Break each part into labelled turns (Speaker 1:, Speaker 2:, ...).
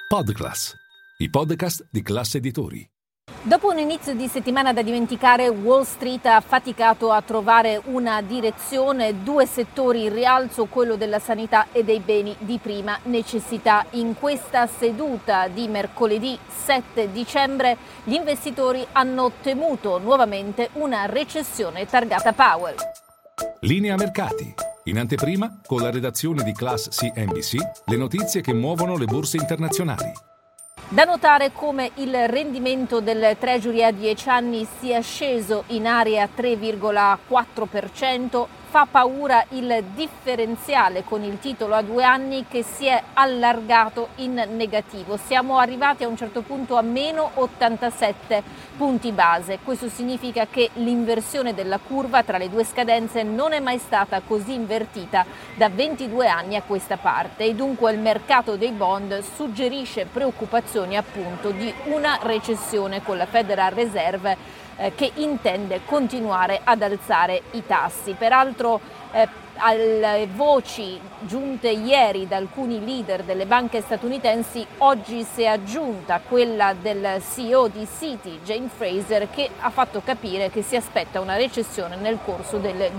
Speaker 1: Podclass, i podcast di Class Editori.
Speaker 2: Dopo un inizio di settimana da dimenticare, Wall Street ha faticato a trovare una direzione, due settori in rialzo, quello della sanità e dei beni di prima necessità. In questa seduta di mercoledì 7 dicembre gli investitori hanno temuto nuovamente una recessione targata Powell.
Speaker 1: Linea mercati. In anteprima, con la redazione di Class CNBC, le notizie che muovono le borse internazionali.
Speaker 2: Da notare come il rendimento del Treasury a 10 anni sia sceso in area 3,4%, fa paura il differenziale con il titolo a 2 anni che si è allargato in negativo. Siamo arrivati a un certo punto a meno 87 punti base. Questo significa che l'inversione della curva tra le due scadenze non è mai stata così invertita da 22 anni a questa parte e dunque il mercato dei bond suggerisce preoccupazioni appunto di una recessione con la Federal Reserve che intende continuare ad alzare i tassi. Peraltro alle voci giunte ieri da alcuni leader delle banche statunitensi, oggi si è aggiunta quella del CEO di Citi, Jane Fraser, che ha fatto capire che si aspetta una recessione nel corso del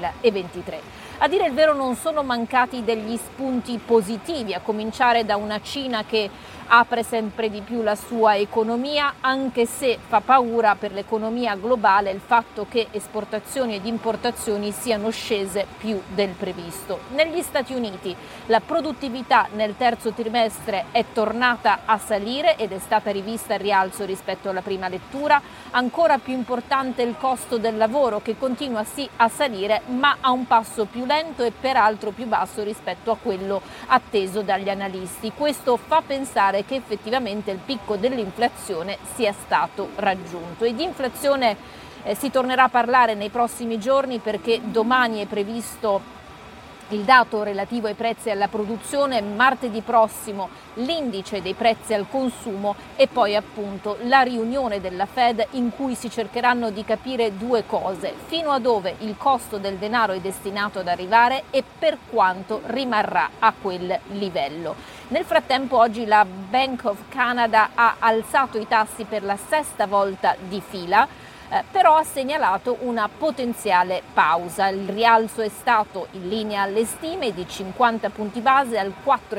Speaker 2: 2023. A dire il vero non sono mancati degli spunti positivi, a cominciare da una Cina che apre sempre di più la sua economia, anche se fa paura per l'economia globale il fatto che esportazioni ed importazioni siano scese più del previsto. Negli Stati Uniti la produttività nel terzo trimestre è tornata a salire ed è stata rivista al rialzo rispetto alla prima lettura. Ancora più importante il costo del lavoro, che continua sì a salire ma a un passo più lento e peraltro più basso rispetto a quello atteso dagli analisti. Questo fa pensare che effettivamente il picco dell'inflazione sia stato raggiunto e di inflazione si tornerà a parlare nei prossimi giorni, perché domani è previsto il dato relativo ai prezzi alla produzione, martedì prossimo l'indice dei prezzi al consumo e poi appunto la riunione della Fed in cui si cercheranno di capire due cose: fino a dove il costo del denaro è destinato ad arrivare e per quanto rimarrà a quel livello. Nel frattempo oggi la Bank of Canada ha alzato i tassi per la sesta volta di fila, però ha segnalato una potenziale pausa. Il rialzo è stato in linea alle stime di 50 punti base al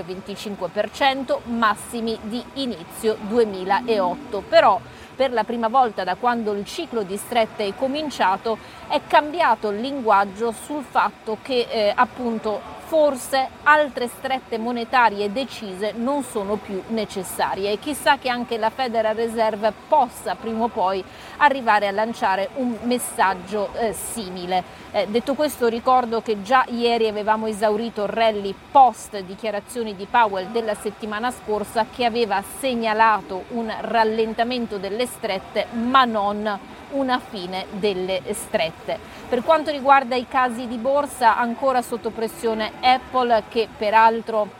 Speaker 2: 4,25%, massimi di inizio 2008. Però per la prima volta da quando il ciclo di strette è cominciato è cambiato il linguaggio sul fatto che appunto forse altre strette monetarie decise non sono più necessarie e chissà che anche la Federal Reserve possa prima o poi arrivare a lanciare un messaggio simile. Detto questo, ricordo che già ieri avevamo esaurito il rally post dichiarazioni di Powell della settimana scorsa, che aveva segnalato un rallentamento delle strette ma non una fine delle strette. Per quanto riguarda i casi di borsa, ancora sotto pressione Apple, che peraltro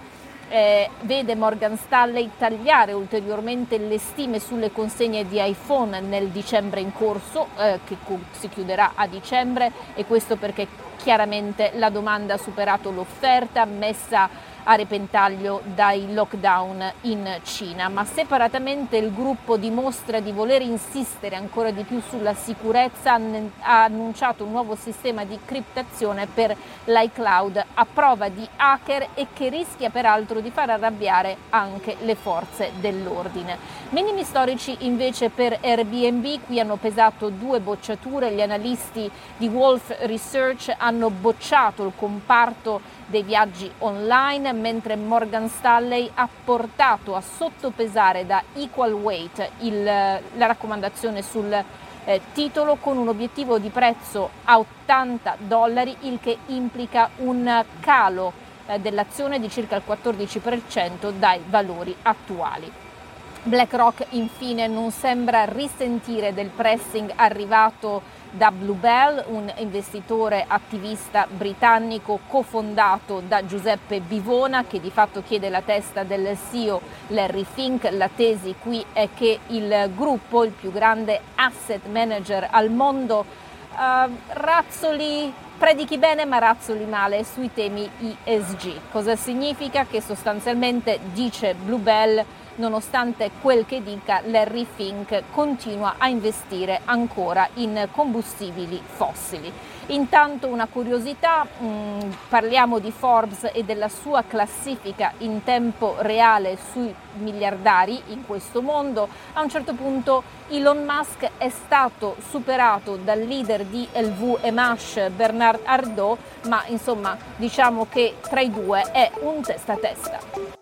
Speaker 2: vede Morgan Stanley tagliare ulteriormente le stime sulle consegne di iPhone nel dicembre in corso, che si chiuderà a dicembre, e questo perché chiaramente la domanda ha superato l'offerta, messa a repentaglio dai lockdown in Cina. Ma separatamente il gruppo dimostra di voler insistere ancora di più sulla sicurezza, ha annunciato un nuovo sistema di criptazione per l'iCloud a prova di hacker e che rischia peraltro di far arrabbiare anche le forze dell'ordine. Minimi storici invece per Airbnb, qui hanno pesato due bocciature. Gli analisti di Wolf Research hanno bocciato il comparto dei viaggi online, mentre Morgan Stanley ha portato a sottopesare da equal weight la raccomandazione sul titolo, con un obiettivo di prezzo a $80, il che implica un calo dell'azione di circa il 14% dai valori attuali. BlackRock infine non sembra risentire del pressing arrivato da Bluebell, un investitore attivista britannico cofondato da Giuseppe Bivona, che di fatto chiede la testa del CEO Larry Fink. La tesi qui è che il gruppo, il più grande asset manager al mondo, predichi bene ma razzoli male sui temi ESG. Cosa significa? Che sostanzialmente, dice Bluebell, nonostante quel che dica Larry Fink, continua a investire ancora in combustibili fossili. Intanto una curiosità, parliamo di Forbes e della sua classifica in tempo reale sui miliardari in questo mondo. A un certo punto Elon Musk è stato superato dal leader di LVMH Bernard Arnault, ma insomma diciamo che tra i due è un testa a testa.